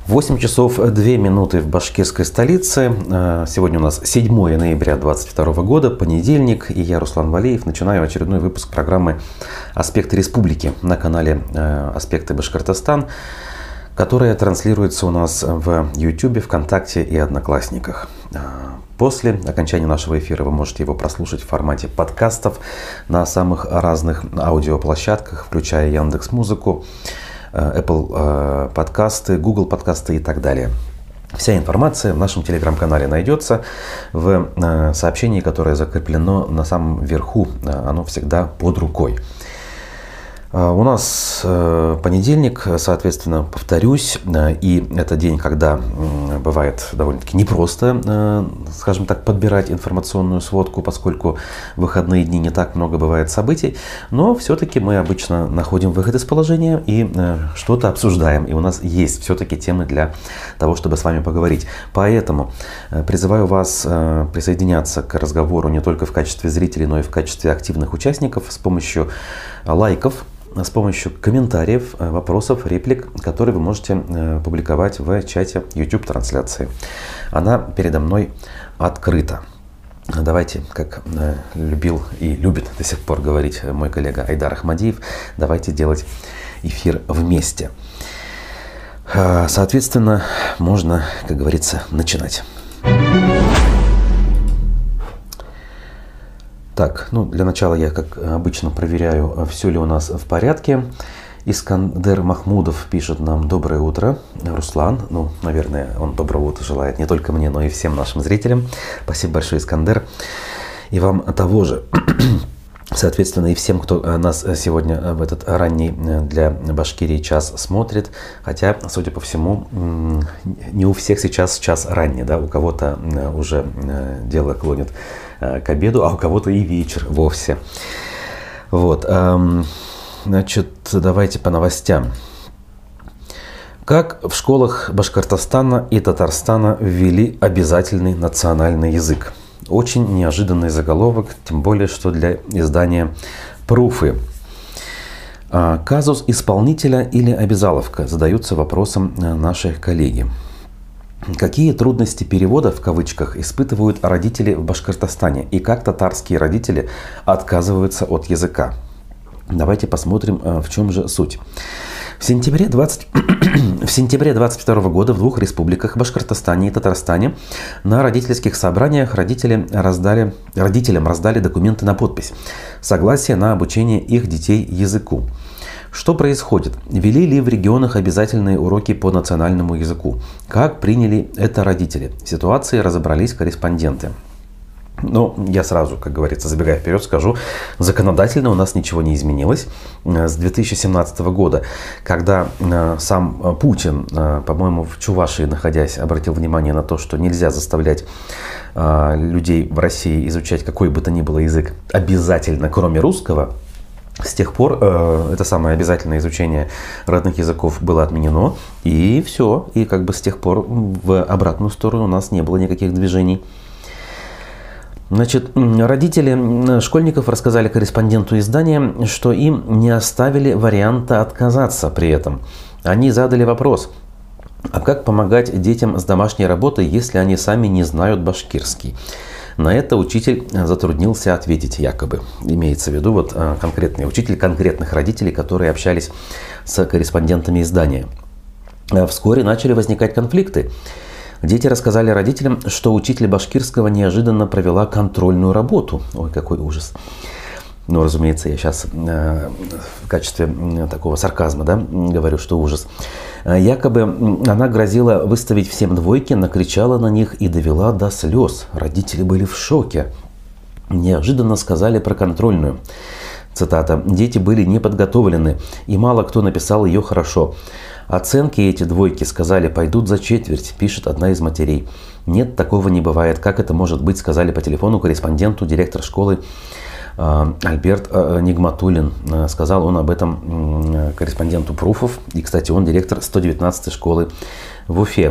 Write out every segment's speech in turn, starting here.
8 часов 2 минуты в башкирской столице. Сегодня у нас 7 ноября 2022 года, понедельник, и я, Руслан Валеев, начинаю очередной выпуск программы «Аспекты республики» на канале «Аспекты Башкортостан», которая транслируется у нас в YouTube, ВКонтакте и Одноклассниках. После окончания нашего эфира вы можете его прослушать в формате подкастов на самых разных аудиоплощадках, включая Яндекс.Музыку, Apple подкасты, Google подкасты и так далее. Вся информация в нашем телеграм-канале найдется в сообщении, которое закреплено на самом верху. Оно всегда под рукой. У нас понедельник, соответственно, повторюсь, и это день, когда бывает довольно-таки непросто, скажем так, подбирать информационную сводку, поскольку в выходные дни не так много бывает событий, но все-таки мы обычно находим выход из положения и что-то обсуждаем, и у нас есть все-таки темы для того, чтобы с вами поговорить. Поэтому призываю вас присоединяться к разговору не только в качестве зрителей, но и в качестве активных участников с помощью лайков, с помощью комментариев, вопросов, реплик, которые вы можете публиковать в чате YouTube-трансляции. Она передо мной открыта. Давайте, как любил и любит до сих пор говорить мой коллега Айдар Ахмадиев, давайте делать эфир вместе. Соответственно, можно, как говорится, начинать. Так, для начала я, как обычно, проверяю, все ли у нас в порядке. Искандер Махмудов пишет нам: доброе утро, Руслан. Наверное, он доброго утра желает не только мне, но и всем нашим зрителям. Спасибо большое, Искандер. И вам того же. Соответственно, и всем, кто нас сегодня в этот ранний для Башкирии час смотрит. Хотя, судя по всему, не у всех сейчас час ранний, да, у кого-то уже дело клонит к обеду, а у кого-то и вечер вовсе. Вот. Значит, давайте по новостям. Как в школах Башкортостана и Татарстана ввели обязательный национальный язык? Очень неожиданный заголовок, тем более, что для издания «Пруфы». Казус исполнителя или обязаловка, задаются вопросом наши коллеги. Какие трудности перевода, в кавычках, испытывают родители в Башкортостане и как татарские родители отказываются от языка? Давайте посмотрим, в чем же суть. В сентябре 2022 года в двух республиках, Башкортостане и Татарстане, на родительских собраниях родителям раздали документы на подпись. Согласие на обучение их детей языку. Что происходит? Ввели ли в регионах обязательные уроки по национальному языку? Как приняли это родители? В ситуации разобрались корреспонденты. Я сразу, как говорится, забегая вперед, скажу, законодательно у нас ничего не изменилось. С 2017 года, когда сам Путин, по-моему, в Чувашии находясь, обратил внимание на то, что нельзя заставлять людей в России изучать какой бы то ни было язык обязательно, кроме русского, с тех пор это самое обязательное изучение родных языков было отменено, и все. И как бы с тех пор в обратную сторону у нас не было никаких движений. Значит, родители школьников рассказали корреспонденту издания, что им не оставили варианта отказаться при этом. Они задали вопрос: а как помогать детям с домашней работой, если они сами не знают башкирский? На это учитель затруднился ответить, якобы. Имеется в виду конкретный учитель конкретных родителей, которые общались с корреспондентами издания. Вскоре начали возникать конфликты. Дети рассказали родителям, что учитель башкирского неожиданно провела контрольную работу. Ой, какой ужас. Разумеется, я сейчас в качестве такого сарказма, говорю, что ужас. Якобы она грозила выставить всем двойки, накричала на них и довела до слез. Родители были в шоке. Неожиданно сказали про контрольную. Цитата: «Дети были не подготовлены, и мало кто написал ее хорошо. Оценки эти двойки, сказали, пойдут за четверть», пишет одна из матерей. «Нет, такого не бывает. Как это может быть?» сказали по телефону корреспонденту директор школы Альберт Нигматуллин. Сказал он об этом корреспонденту Пруфов. И, кстати, он директор 119-й школы в Уфе.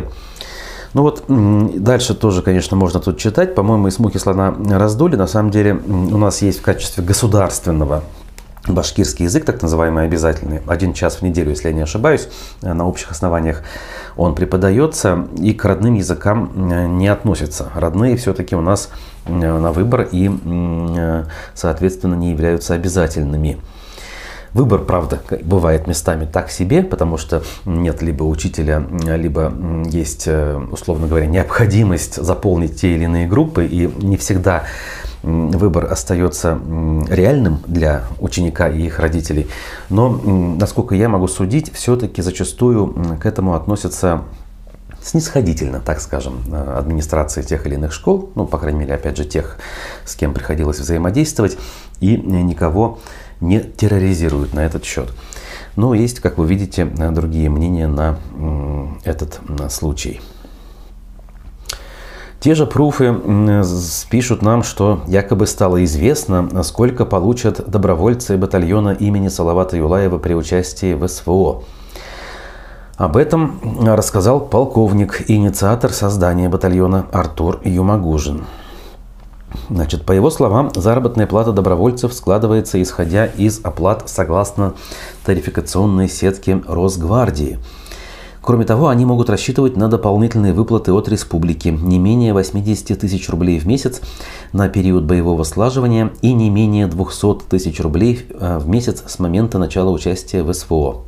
Дальше тоже, конечно, можно тут читать. По-моему, из мухи слона раздули. На самом деле у нас есть в качестве государственного башкирский язык, так называемый обязательный, 1 час в неделю, если я не ошибаюсь, на общих основаниях он преподается и к родным языкам не относится. Родные все-таки у нас на выбор и, соответственно, не являются обязательными. Выбор, правда, бывает местами так себе, потому что нет либо учителя, либо есть, условно говоря, необходимость заполнить те или иные группы, и не всегда выбор остается реальным для ученика и их родителей. Но, насколько я могу судить, все-таки зачастую к этому относятся снисходительно, так скажем, администрации тех или иных школ, ну, по крайней мере, опять же, тех, с кем приходилось взаимодействовать, и никого не терроризируют на этот счет. Но есть, как вы видите, другие мнения на этот случай. Те же пруфы пишут нам, что якобы стало известно, сколько получат добровольцы батальона имени Салавата Юлаева при участии в СВО. Об этом рассказал полковник, инициатор создания батальона Артур Юмагужин. Значит, по его словам, заработная плата добровольцев складывается исходя из оплат согласно тарификационной сетке Росгвардии. Кроме того, они могут рассчитывать на дополнительные выплаты от республики не менее 80 тысяч рублей в месяц на период боевого слаживания и не менее 200 тысяч рублей в месяц с момента начала участия в СВО.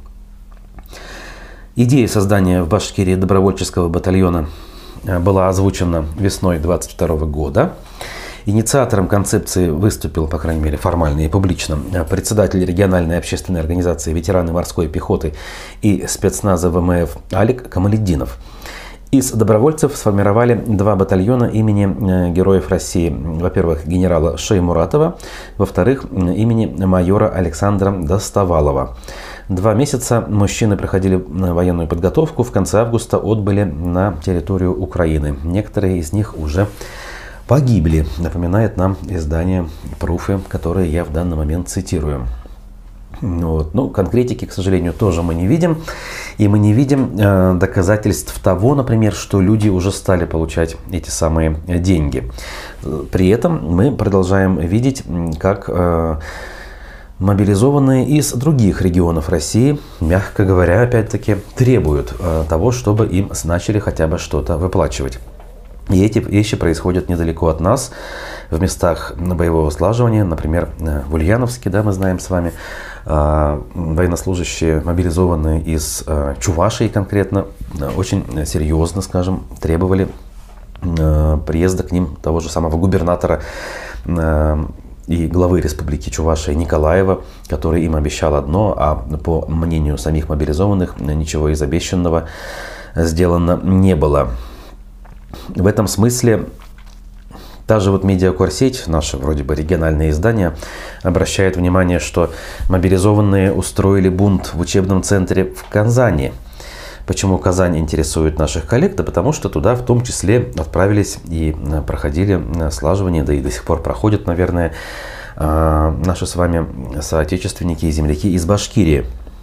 Идея создания в Башкирии добровольческого батальона была озвучена весной 2022 года. Инициатором концепции выступил, по крайней мере, формально и публично, председатель региональной общественной организации «Ветераны морской пехоты» и спецназа ВМФ Алик Камалетдинов. Из добровольцев сформировали 2 батальона имени Героев России. Во-первых, генерала Шеймуратова, во-вторых, имени майора Александра Достовалова. 2 месяца мужчины проходили военную подготовку, в конце августа отбыли на территорию Украины. Некоторые из них уже погибли, напоминает нам издание «Пруфы», которые я в данный момент цитирую. Вот. Ну, конкретики, к сожалению, тоже мы не видим. И мы не видим доказательств того, например, что люди уже стали получать эти самые деньги. При этом мы продолжаем видеть, как мобилизованные из других регионов России, мягко говоря, опять-таки, требуют того, чтобы им начали хотя бы что-то выплачивать. И эти вещи происходят недалеко от нас, в местах боевого слаживания, например, в Ульяновске, да, мы знаем с вами, военнослужащие, мобилизованные из Чувашии конкретно, очень серьезно, скажем, требовали приезда к ним того же самого губернатора и главы Республики Чувашия Николаева, который им обещал одно, а по мнению самих мобилизованных ничего из обещанного сделано не было. В этом смысле та же вот медиакорсеть, наше вроде бы региональное издание, обращает внимание, что мобилизованные устроили бунт в учебном центре в Казани. Почему Казань интересует наших коллег? Да потому что туда в том числе отправились и проходили слаживание, да и до сих пор проходят, наверное, наши с вами соотечественники и земляки из Башкирии.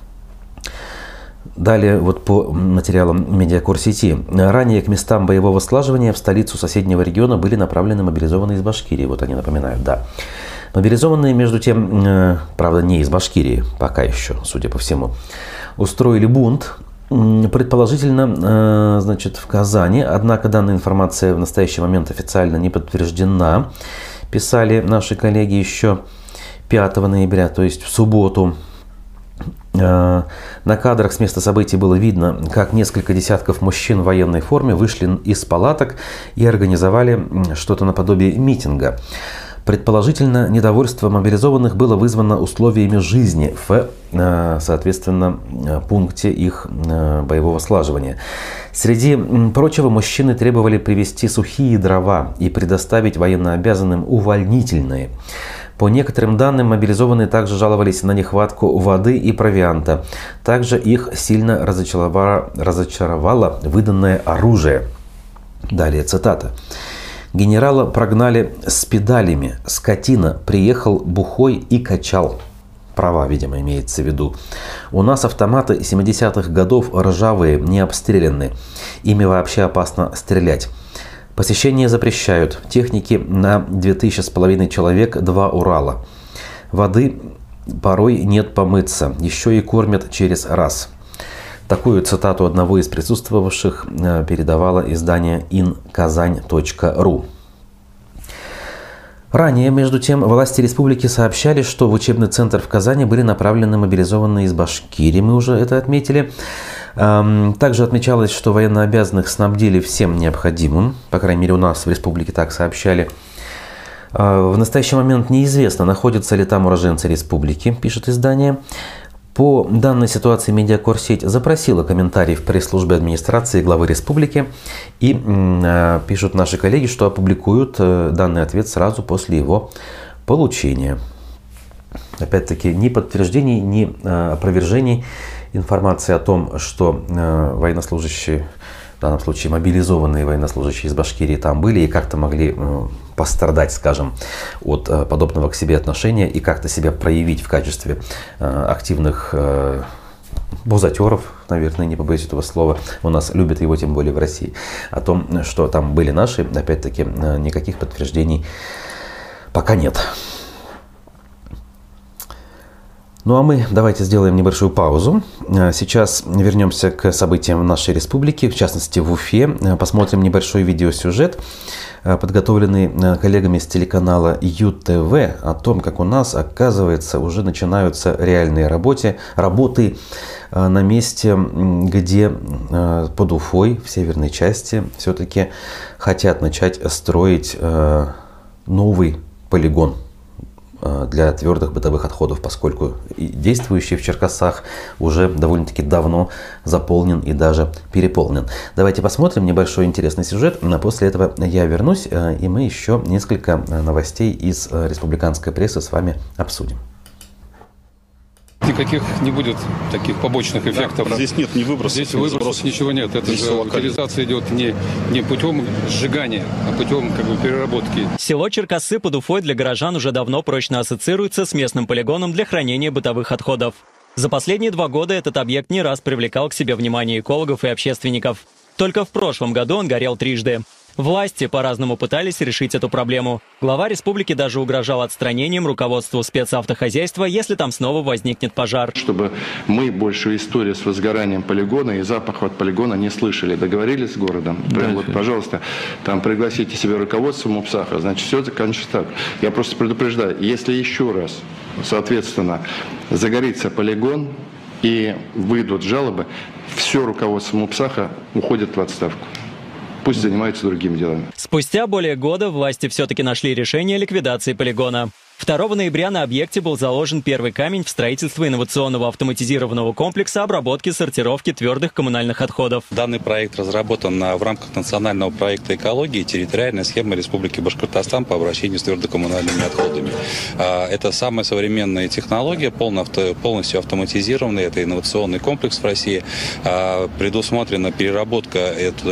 Далее, вот по материалам медиакорсети. Ранее к местам боевого слаживания в столицу соседнего региона были направлены мобилизованные из Башкирии. Вот они напоминают, да. Мобилизованные, между тем, правда, не из Башкирии, пока еще, судя по всему, устроили бунт, предположительно, значит, в Казани. Однако данная информация в настоящий момент официально не подтверждена. Писали наши коллеги еще 5 ноября, то есть в субботу. На кадрах с места событий было видно, как несколько десятков мужчин в военной форме вышли из палаток и организовали что-то наподобие митинга. Предположительно, недовольство мобилизованных было вызвано условиями жизни в, соответственно, пункте их боевого слаживания. Среди прочего, мужчины требовали привезти сухие дрова и предоставить военнообязанным увольнительные. По некоторым данным, мобилизованные также жаловались на нехватку воды и провианта. Также их сильно разочаровало выданное оружие. Далее цитата. «Генерала прогнали с педалями. Скотина приехал бухой и качал». Права, видимо, имеется в виду. «У нас автоматы 70-х годов ржавые, не обстрелянные. Ими вообще опасно стрелять. Посещение запрещают. Техники на 2500 человек, 2 Урала. Воды порой нет помыться, еще и кормят через раз. Такую цитату одного из присутствовавших передавало издание inKazань.ru. Ранее, между тем, власти республики сообщали, что в учебный центр в Казани были направлены мобилизованные из Башкирии, мы уже это отметили. Также отмечалось, что военнообязанных снабдили всем необходимым, по крайней мере у нас в республике так сообщали. В настоящий момент неизвестно, находятся ли там уроженцы республики, пишет издание. По данной ситуации медиакорсеть запросила комментарий в пресс-службе администрации главы республики, и пишут наши коллеги, что опубликуют данный ответ сразу после его получения. Опять-таки, ни подтверждений, ни опровержений информации о том, что военнослужащие, в данном случае мобилизованные военнослужащие из Башкирии там были и как-то могли пострадать, скажем, от подобного к себе отношения и как-то себя проявить в качестве активных бузатеров, наверное, не побоюсь этого слова. У нас любят его, тем более в России. О том, что там были наши, опять-таки, никаких подтверждений пока нет. Ну а мы давайте сделаем небольшую паузу. Сейчас вернемся к событиям в нашей республике, в частности в Уфе. Посмотрим небольшой видеосюжет, подготовленный коллегами с телеканала ЮТВ, о том, как у нас, оказывается, уже начинаются реальные работы на месте, где под Уфой, в северной части, все-таки хотят начать строить новый полигон для твердых бытовых отходов, поскольку действующий в Черкасах уже довольно-таки давно заполнен и даже переполнен. Давайте посмотрим небольшой интересный сюжет, а после этого я вернусь, и мы еще несколько новостей из республиканской прессы с вами обсудим. Никаких не будет таких побочных эффектов. Здесь нет ни выбросов, здесь выбросов ничего нет. Это же утилизация идет не путем сжигания, а путем переработки. Село Черкассы под Уфой для горожан уже давно прочно ассоциируется с местным полигоном для хранения бытовых отходов. За последние 2 года этот объект не раз привлекал к себе внимание экологов и общественников. Только в прошлом году он горел трижды. Власти по-разному пытались решить эту проблему. Глава республики даже угрожал отстранением руководству спецавтохозяйства, если там снова возникнет пожар. Чтобы мы большую историю с возгоранием полигона и запаха от полигона не слышали. Договорились с городом? Прям вот, пожалуйста, там пригласите себе руководство МУПСАХа, значит, все закончится так. Я просто предупреждаю, если еще раз, соответственно, загорится полигон и выйдут жалобы, все руководство МУПСАХа уходит в отставку. Пусть занимаются другими делами. Спустя более года власти все-таки нашли решение ликвидации полигона. 2 ноября на объекте был заложен первый камень в строительство инновационного автоматизированного комплекса обработки и сортировки твердых коммунальных отходов. Данный проект разработан в рамках национального проекта экологии и территориальной схемы Республики Башкортостан по обращению с твердокоммунальными отходами. Это самая современная технология, полностью автоматизированная. Это инновационный комплекс в России. Предусмотрена переработка,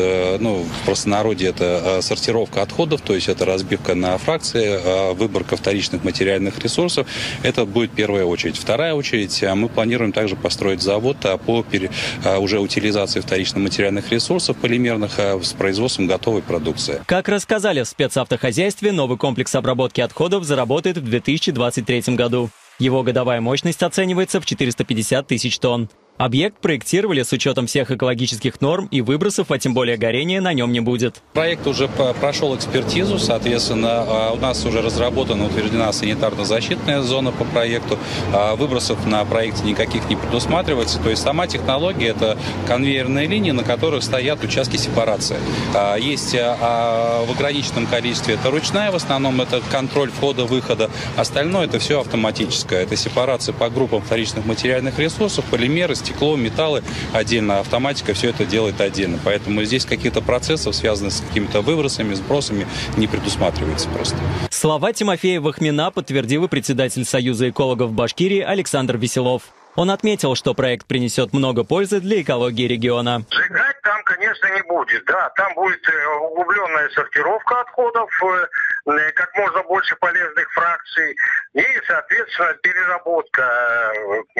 в простонародье это сортировка отходов, то есть это разбивка на фракции, выборка вторичных материальных ресурсов. Это будет первая очередь. Вторая очередь, мы планируем также построить завод по уже утилизации вторично-материальных ресурсов полимерных с производством готовой продукции. Как рассказали в спецавтохозяйстве, новый комплекс обработки отходов заработает в 2023 году. Его годовая мощность оценивается в 450 тысяч тонн. Объект проектировали с учетом всех экологических норм, и выбросов, а тем более горения, на нем не будет. Проект уже прошел экспертизу, соответственно, у нас уже разработана, утверждена санитарно-защитная зона по проекту. Выбросов на проекте никаких не предусматривается. То есть сама технология – это конвейерные линии, на которых стоят участки сепарации. Есть в ограниченном количестве это ручная, в основном это контроль входа-выхода. Остальное – это все автоматическое. Это сепарация по группам вторичных материальных ресурсов, полимеры, стекло, металлы отдельно, автоматика все это делает отдельно. Поэтому здесь каких-то процессов, связанных с какими-то выбросами, сбросами, не предусматривается просто. Слова Тимофея Вахмина подтвердил и председатель Союза экологов Башкирии Александр Веселов. Он отметил, что проект принесет много пользы для экологии региона. Сжигать там, конечно, не будет. Да, там будет углубленная сортировка отходов, как можно больше полезных фракций и, соответственно, переработка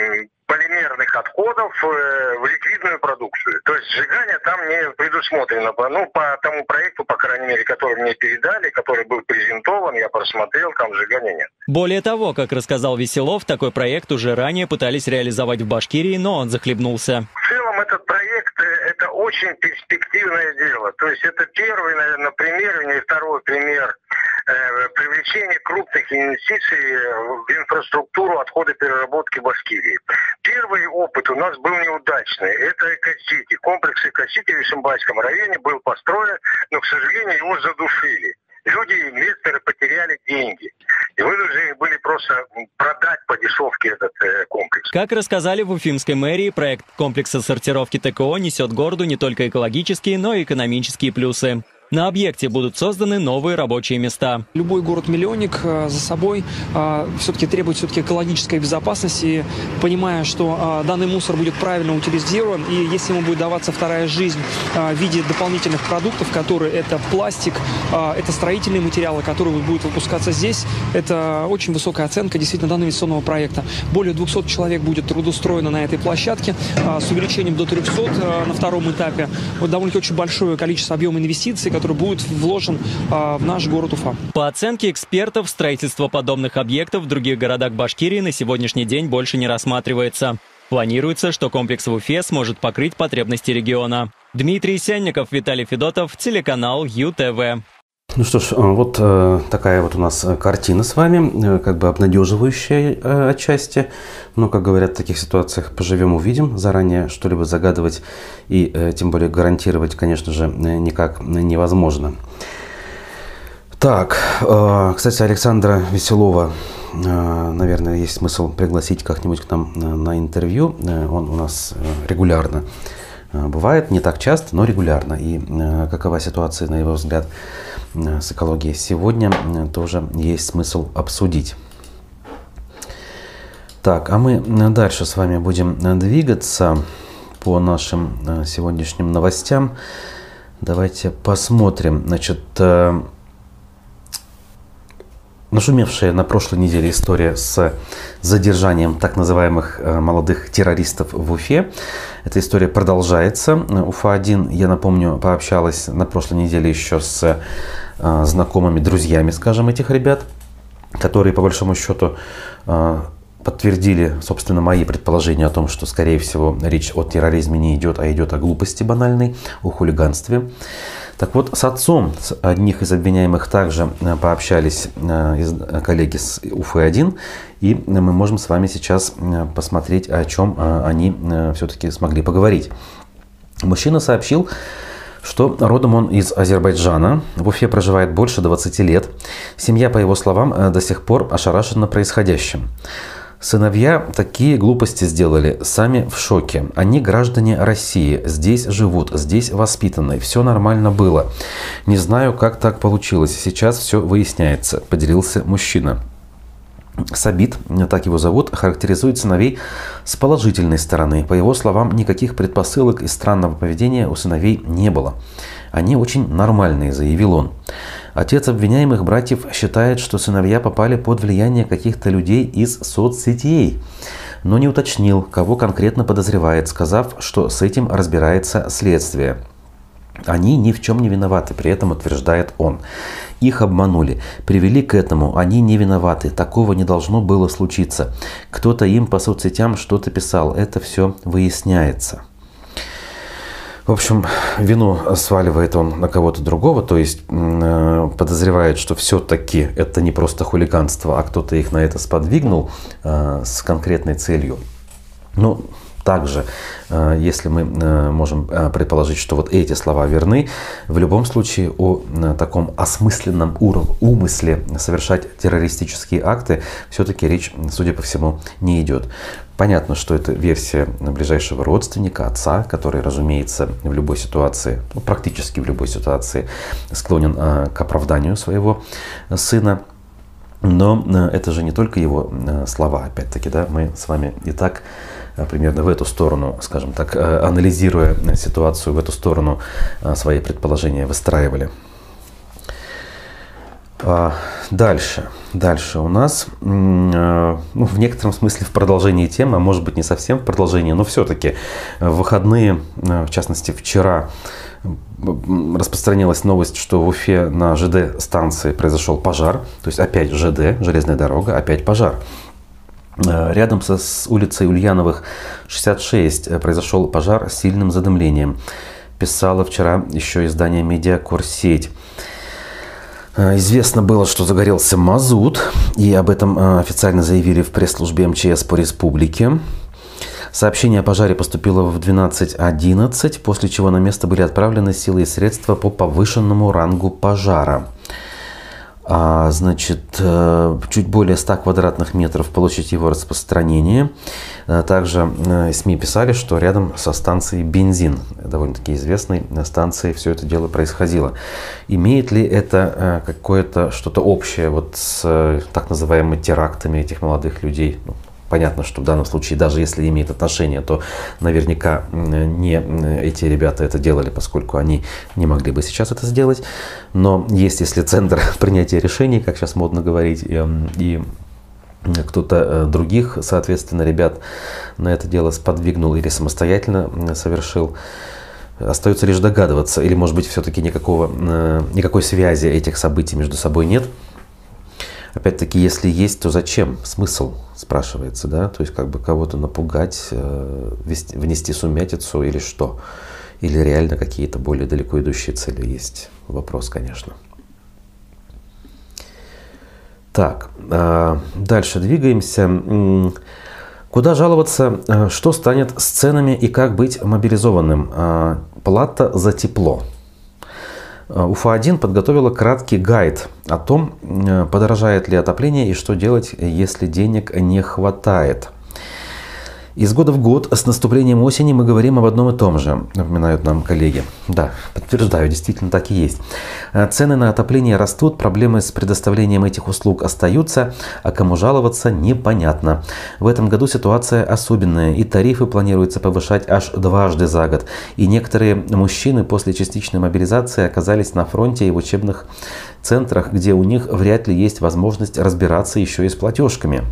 полимерных отходов в ликвидную продукцию. То есть сжигание там не предусмотрено. Ну, по тому проекту, по крайней мере, который мне передали, который был презентован, я просмотрел, там сжигания нет. Более того, как рассказал Веселов, такой проект уже ранее пытались реализовать в Башкирии, но он захлебнулся. В целом этот проект – это очень перспективное дело. То есть это первый, наверное, пример, и второй пример привлечения крупных инвестиций в инфраструктуру отходопереработки Башкирии. Первый опыт у нас был неудачный. Это Эко-Сити. Комплекс Эко-Сити в Ишимбайском районе был построен, но, к сожалению, его задушили. Люди, инвесторы потеряли деньги. И вынуждены были просто продать по дешевке этот комплекс. Как рассказали в Уфимской мэрии, проект комплекса сортировки ТКО несет городу не только экологические, но и экономические плюсы. На объекте будут созданы новые рабочие места. Любой город-миллионник за собой все-таки требует экологической безопасности, понимая, что данный мусор будет правильно утилизирован, и если ему будет даваться вторая жизнь в виде дополнительных продуктов, которые это пластик, это строительные материалы, которые будут выпускаться здесь, это очень высокая оценка действительно данного инвестиционного проекта. Более 200 человек будет трудоустроено на этой площадке с увеличением до 300 на втором этапе. Вот довольно-таки очень большое количество объема инвестиций, который будет вложен в наш город Уфа. По оценке экспертов, строительство подобных объектов в других городах Башкирии на сегодняшний день больше не рассматривается. Планируется, что комплекс в Уфе сможет покрыть потребности региона. Дмитрий Сянников, Виталий Федотов, телеканал ЮТВ. Ну что ж, вот такая вот у нас картина с вами, как бы обнадеживающая отчасти. Но, как говорят, в таких ситуациях поживем, увидим. Заранее что-либо загадывать и тем более гарантировать, конечно же, никак невозможно. Так, кстати, Александра Веселова, наверное, есть смысл пригласить как-нибудь к нам на интервью. Он у нас регулярно бывает, не так часто, но регулярно. И какова ситуация, на его взгляд, с экологией сегодня, тоже есть смысл обсудить. Так, а мы дальше с вами будем двигаться по нашим сегодняшним новостям. Давайте посмотрим. Значит, нашумевшая на прошлой неделе история с задержанием так называемых молодых террористов в Уфе. Эта история продолжается. Уфа-1, я напомню, пообщалась на прошлой неделе еще с знакомыми, друзьями, скажем, этих ребят, которые, по большому счету, подтвердили, собственно, мои предположения о том, что, скорее всего, речь о терроризме не идет, а идет о глупости банальной, о хулиганстве. Так вот, с отцом одних из обвиняемых также пообщались коллеги с Уфы-1, и мы можем с вами сейчас посмотреть, о чем они все-таки смогли поговорить. Мужчина сообщил, что родом он из Азербайджана, в Уфе проживает больше 20 лет. Семья, по его словам, до сих пор ошарашена происходящим. Сыновья такие глупости сделали, сами в шоке. Они граждане России, здесь живут, здесь воспитаны, все нормально было. Не знаю, как так получилось, сейчас все выясняется, поделился мужчина. Сабит, так его зовут, характеризует сыновей с положительной стороны. По его словам, никаких предпосылок и странного поведения у сыновей не было. Они очень нормальные, заявил он. Отец обвиняемых братьев считает, что сыновья попали под влияние каких-то людей из соцсетей, но не уточнил, кого конкретно подозревает, сказав, что с этим разбирается следствие. Они ни в чем не виноваты, при этом утверждает он. Их обманули, привели к этому, они не виноваты, такого не должно было случиться. Кто-то им по соцсетям что-то писал, это все выясняется. В общем, вину сваливает он на кого-то другого, то есть подозревает, что все-таки это не просто хулиганство, а кто-то их на это сподвигнул с конкретной целью. Ну, также, если мы можем предположить, что вот эти слова верны, в любом случае о таком осмысленном умысле совершать террористические акты все-таки речь, судя по всему, не идет. Понятно, что это версия ближайшего родственника, отца, который, разумеется, в любой ситуации, ну, практически в любой ситуации склонен к оправданию своего сына. Но это же не только его слова, опять-таки, да, мы с вами и так примерно в эту сторону, скажем так, анализируя ситуацию, в эту сторону свои предположения выстраивали. Дальше у нас, в некотором смысле в продолжении темы, а может быть не совсем в продолжении, но все-таки в выходные, в частности вчера, распространилась новость, что в Уфе на ЖД-станции произошел пожар, то есть опять ЖД, железная дорога, опять пожар. Рядом с улицей Ульяновых, 66, произошел пожар с сильным задымлением. Писало вчера еще издание «Медиакорсеть». Известно было, что загорелся мазут, и об этом официально заявили в пресс-службе МЧС по республике. Сообщение о пожаре поступило в 12:11, после чего на место были отправлены силы и средства по повышенному рангу пожара. Чуть более 100 квадратных метров площадь его распространения. Также СМИ писали, что рядом со станцией «Бензин», довольно-таки известной станцией, все это дело происходило. Имеет ли это какое-то что-то общее с так называемыми терактами этих молодых людей? Понятно, что в данном случае, даже если имеет отношение, то наверняка не эти ребята это делали, поскольку они не могли бы сейчас это сделать. Но если центр принятия решений, как сейчас модно говорить, и кто-то других, соответственно, ребят на это дело сподвигнул или самостоятельно совершил, остается лишь догадываться, или, может быть, все-таки никакой связи этих событий между собой нет. Опять-таки, если есть, то зачем? Смысл, спрашивается, да? То есть, кого-то напугать, внести сумятицу или что? Или реально какие-то более далеко идущие цели есть? Вопрос, конечно. Так, дальше двигаемся. Куда жаловаться? Что станет с ценами и как быть мобилизованным? Плата за тепло. УФА-1 подготовила краткий гайд о том, подорожает ли отопление и что делать, если денег не хватает. Из года в год с наступлением осени мы говорим об одном и том же, напоминают нам коллеги. Да, подтверждаю, действительно так и есть. Цены на отопление растут, проблемы с предоставлением этих услуг остаются, а кому жаловаться непонятно. В этом году ситуация особенная, и тарифы планируется повышать аж дважды за год. И некоторые мужчины после частичной мобилизации оказались на фронте и в учебных центрах, где у них вряд ли есть возможность разбираться еще и с платежками.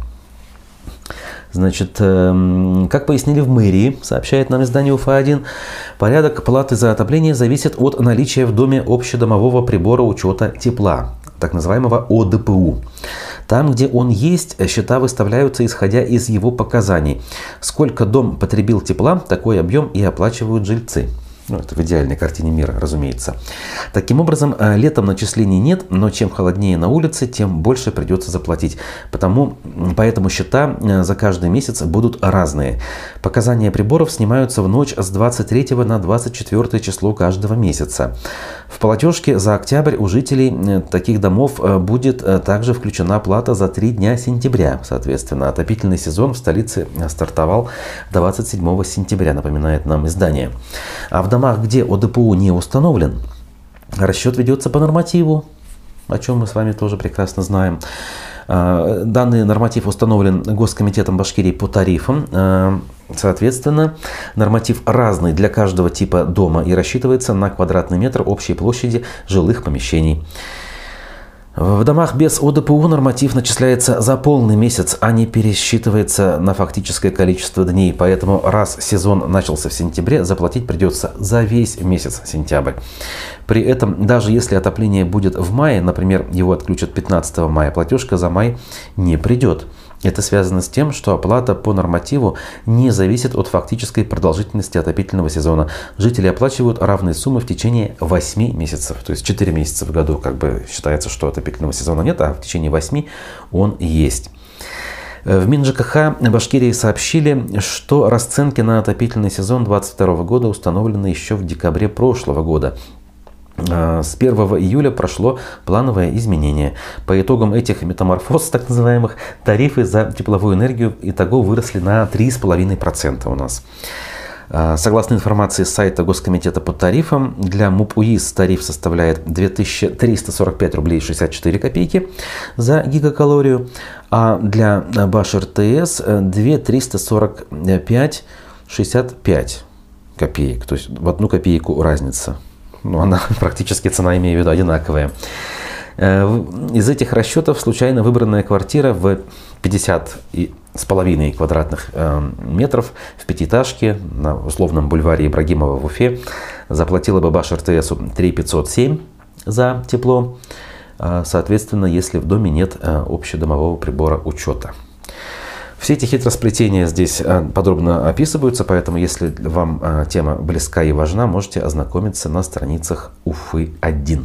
Как пояснили в мэрии, сообщает нам издание УФА-1, порядок платы за отопление зависит от наличия в доме общедомового прибора учета тепла, так называемого ОДПУ. Там, где он есть, счета выставляются исходя из его показаний. Сколько дом потребил тепла, такой объем и оплачивают жильцы. Это в идеальной картине мира, разумеется. Таким образом, летом начислений нет, но чем холоднее на улице, тем больше придется заплатить. Поэтому счета за каждый месяц будут разные. Показания приборов снимаются в ночь с 23 на 24 число каждого месяца. В платежке за октябрь у жителей таких домов будет также включена плата за 3 дня сентября. Соответственно, отопительный сезон в столице стартовал 27 сентября, напоминает нам издание. А в домах, где ОДПУ не установлен, расчет ведется по нормативу, о чем мы с вами тоже прекрасно знаем. Данный норматив установлен Госкомитетом Башкирии по тарифам. Соответственно, норматив разный для каждого типа дома и рассчитывается на квадратный метр общей площади жилых помещений. В домах без ОДПУ норматив начисляется за полный месяц, а не пересчитывается на фактическое количество дней. Поэтому раз сезон начался в сентябре, заплатить придется за весь месяц сентябрь. При этом, даже если отопление будет в мае, например, его отключат 15 мая, платежка за май не придет. Это связано с тем, что оплата по нормативу не зависит от фактической продолжительности отопительного сезона. Жители оплачивают равные суммы в течение 8 месяцев. То есть 4 месяца в году считается, что отопительного сезона нет, а в течение 8 он есть. В МинЖКХ Башкирии сообщили, что расценки на отопительный сезон 2022 года установлены еще в декабре прошлого года. С 1 июля прошло плановое изменение. По итогам этих метаморфоз, так называемых, тарифы за тепловую энергию итого выросли на 3,5% у нас. Согласно информации с сайта Госкомитета по тарифам, для МУП УИС тариф составляет 2345 рублей 64 копейки за гигакалорию, а для БАШ-РТС 2345 65 копеек, то есть в 1 копейку разница. Она практически, цена, имею в виду, одинаковая. Из этих расчетов случайно выбранная квартира в 50,5 квадратных метров в пятиэтажке на условном бульваре Ибрагимова в Уфе заплатила бы Баш-РТСу 3507 за тепло, соответственно, если в доме нет общедомового прибора учета. Все эти хитросплетения здесь подробно описываются, поэтому если вам тема близка и важна, можете ознакомиться на страницах Уфы-1.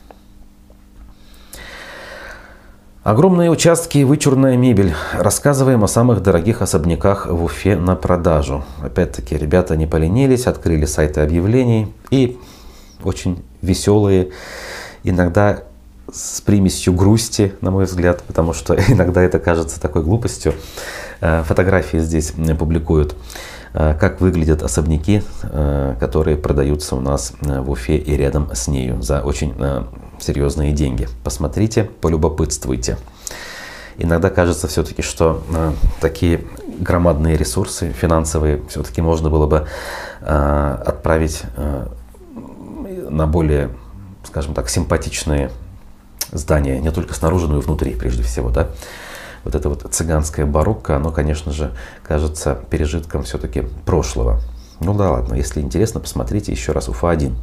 Огромные участки и вычурная мебель. Рассказываем о самых дорогих особняках в Уфе на продажу. Опять-таки, ребята не поленились, открыли сайты объявлений и очень веселые, иногда с примесью грусти, на мой взгляд, потому что иногда это кажется такой глупостью. Фотографии здесь публикуют, как выглядят особняки, которые продаются у нас в Уфе и рядом с нею за очень серьезные деньги. Посмотрите, полюбопытствуйте. Иногда кажется все-таки, что такие громадные ресурсы финансовые все-таки можно было бы отправить на более, скажем так, симпатичные здания, не только снаружи, но и внутри, прежде всего, да. Вот это вот цыганское барокко, оно, конечно же, кажется пережитком все-таки прошлого. Ну да ладно, если интересно, посмотрите еще раз Уфа-1.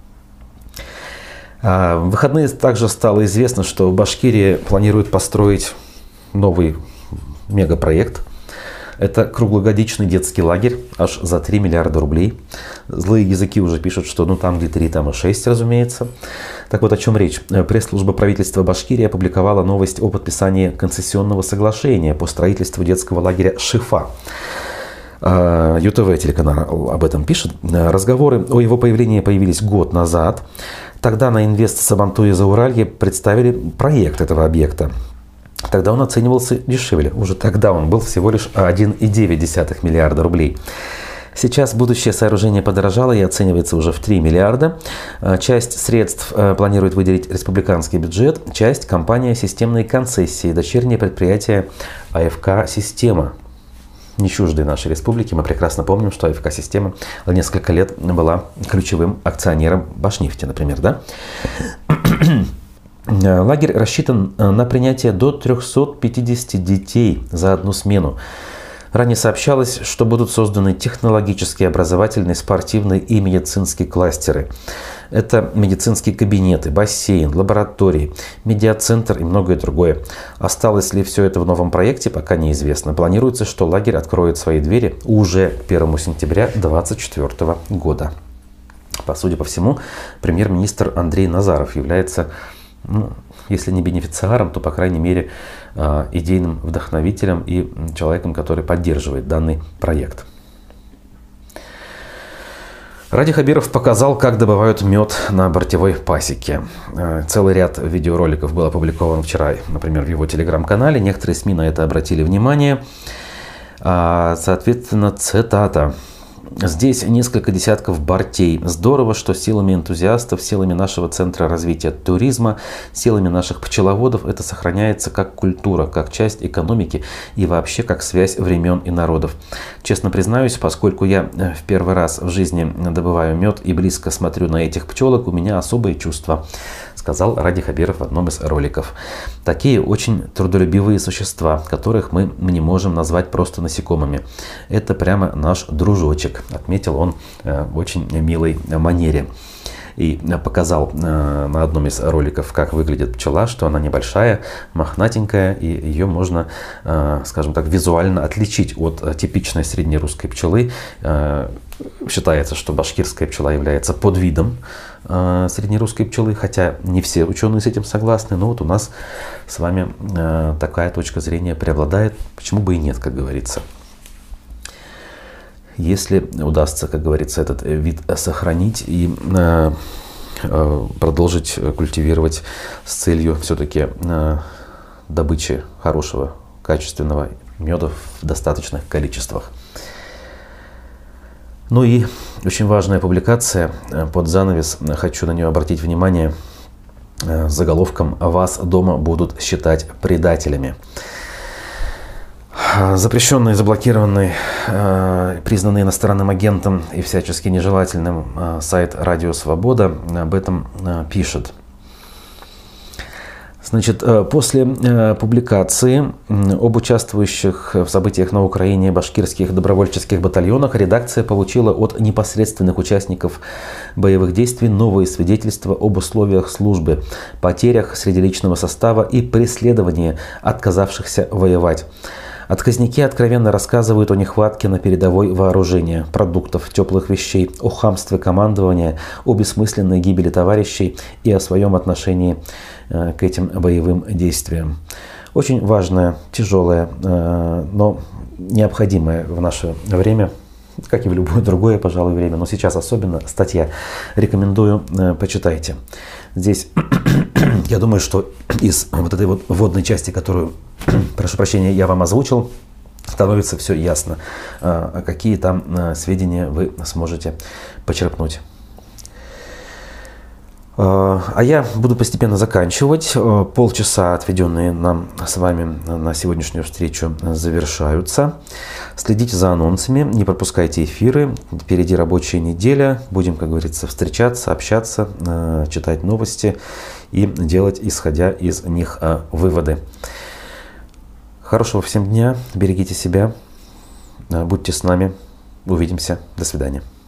В выходные также стало известно, что в Башкирии планируют построить новый мегапроект. Это круглогодичный детский лагерь аж за 3 миллиарда рублей. Злые языки уже пишут, что ну там где 3, там и 6, разумеется. Так вот, о чем речь. Пресс-служба правительства Башкирии опубликовала новость о подписании концессионного соглашения по строительству детского лагеря «Шифа». ЮТВ телеканал об этом пишет. Разговоры о его появлении появились год назад. Тогда на Инвест Сабантуе Зауралье представили проект этого объекта. Тогда он оценивался дешевле. Уже тогда он был всего лишь 1,9 миллиарда рублей. Сейчас будущее сооружение подорожало и оценивается уже в 3 миллиарда. Часть средств планирует выделить республиканский бюджет, часть – компания «Системные концессии», дочернее предприятие АФК «Система». Не чуждые нашей республики. Мы прекрасно помним, что АФК «Система» несколько лет была ключевым акционером Башнефти, например, да? Лагерь рассчитан на принятие до 350 детей за одну смену. Ранее сообщалось, что будут созданы технологические, образовательные, спортивные и медицинские кластеры. Это медицинские кабинеты, бассейн, лаборатории, медиацентр и многое другое. Осталось ли все это в новом проекте, пока неизвестно. Планируется, что лагерь откроет свои двери уже к 1 сентября 2024 года. Судя по всему, премьер-министр Андрей Назаров является, если не бенефициаром, то, по крайней мере, идейным вдохновителем и человеком, который поддерживает данный проект. Ради Хабиров показал, как добывают мед на Бортевой пасеке. Целый ряд видеороликов был опубликован вчера, например, в его телеграм-канале. Некоторые СМИ на это обратили внимание. Соответственно, цитата. Здесь несколько десятков бортей. Здорово, что силами энтузиастов, силами нашего Центра развития туризма, силами наших пчеловодов это сохраняется как культура, как часть экономики и вообще как связь времен и народов. Честно признаюсь, поскольку я в первый раз в жизни добываю мед и близко смотрю на этих пчелок, у меня особые чувства, сказал Ради Хабиров в одном из роликов. Такие очень трудолюбивые существа, которых мы не можем назвать просто насекомыми. Это прямо наш дружочек, отметил он в очень милой манере. И показал на одном из роликов, как выглядит пчела, что она небольшая, мохнатенькая, и ее можно, скажем так, визуально отличить от типичной среднерусской пчелы. Считается, что башкирская пчела является подвидом среднерусской пчелы, хотя не все ученые с этим согласны, но вот у нас с вами такая точка зрения преобладает, почему бы и нет, как говорится. Если удастся, как говорится, этот вид сохранить и продолжить культивировать с целью все-таки добычи хорошего, качественного меда в достаточных количествах. Ну и очень важная публикация под занавес, хочу на нее обратить внимание, с заголовком «Вас дома будут считать предателями». Запрещенный, заблокированный, признанный иностранным агентом и всячески нежелательным сайт «Радио Свобода» об этом пишет. Значит, после публикации об участвующих в событиях на Украине башкирских добровольческих батальонах редакция получила от непосредственных участников боевых действий новые свидетельства об условиях службы, потерях среди личного состава и преследовании отказавшихся воевать. Отказники откровенно рассказывают о нехватке на передовой вооружения, продуктов, теплых вещей, о хамстве командования, о бессмысленной гибели товарищей и о своем отношении к этим боевым действиям. Очень важное, тяжелое, но необходимое в наше время, как и в любое другое, пожалуй, время, но сейчас особенно статья. Рекомендую, почитайте. Здесь, я думаю, что из вот этой вот вводной части, которую, прошу прощения, я вам озвучил, становится все ясно, какие там сведения вы сможете почерпнуть. А я буду постепенно заканчивать. Полчаса, отведенные нам с вами на сегодняшнюю встречу, завершаются. Следите за анонсами, не пропускайте эфиры. Впереди рабочая неделя. Будем, как говорится, встречаться, общаться, читать новости и делать, исходя из них, выводы. Хорошего всем дня. Берегите себя. Будьте с нами. Увидимся. До свидания.